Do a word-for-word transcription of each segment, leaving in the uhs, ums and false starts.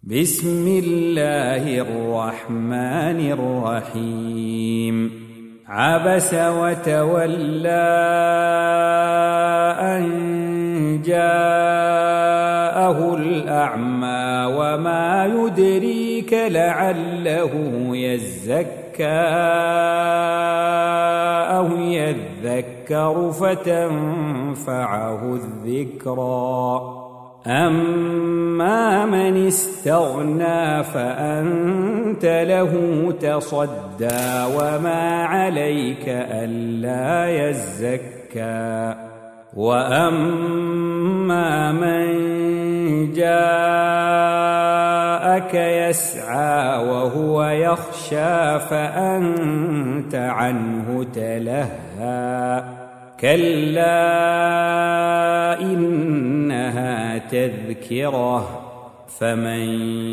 بسم الله الرحمن الرحيم عبس وتولى أن جاءه الأعمى وما يدريك لعله يزكى أو يذكر فتنفعه الذكرى أما من استغنى فأنت له تصدى وما عليك ألا يزكى وأما من جاءك يسعى وهو يخشى فأنت عنه تلهى كلا إنها تذكرة فمن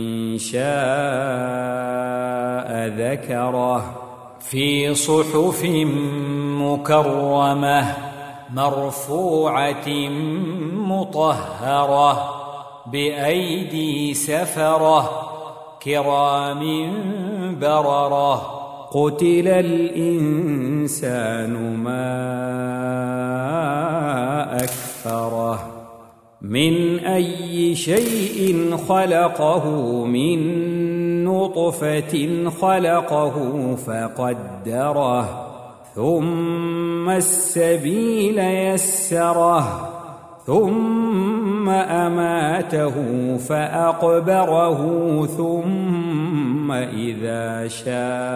شاء ذكره في صحف مكرمة مرفوعة مطهرة بأيدي سفرة كرام بررة قتل الإنسان ما أكفره من أي شيء خلقه من نطفة خلقه فقدره ثم السبيل يسره ثم أماته فأقبره ثم إذا شاء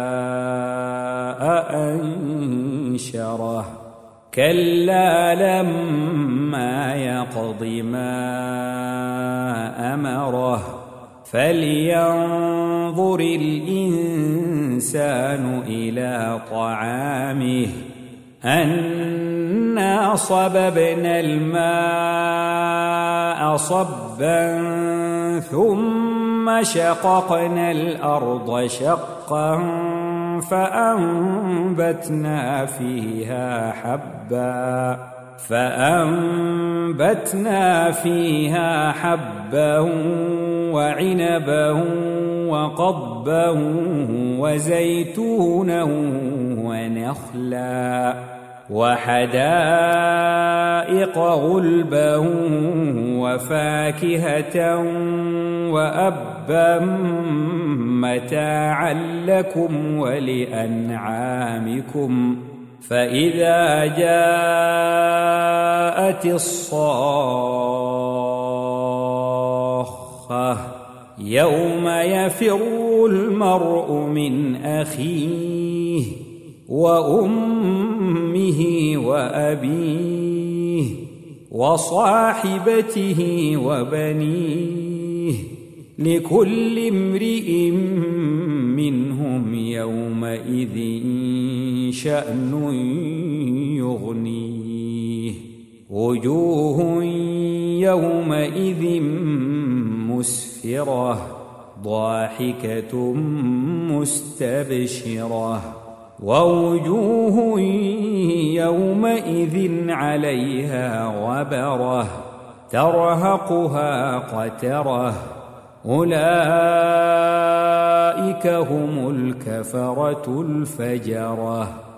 أنشره كلا لما يقض ما أمره فلينظر الإنسان إلى طعامه أنا صببنا الماء صبا ثم شققنا الأرض شقا فأنبتنا فيها حبا فأنبتنا فيها حبا وعنبا وقضبا وزيتونا ونخلا وحدائق غلبا وفاكهة وأبا متاعا لكم ولأنعامكم فإذا جاءت الصاخة يوم يفر المرء من أخيه وأمه وأبيه وصاحبته وبنيه لكل امرئ منهم يومئذ شأن يغنيه وجوه يومئذ مسفرة ضاحكة مستبشرة ووجوه يومئذ عليها غبرة ترهقها قترة أولئك هم الكفرة الفجرة.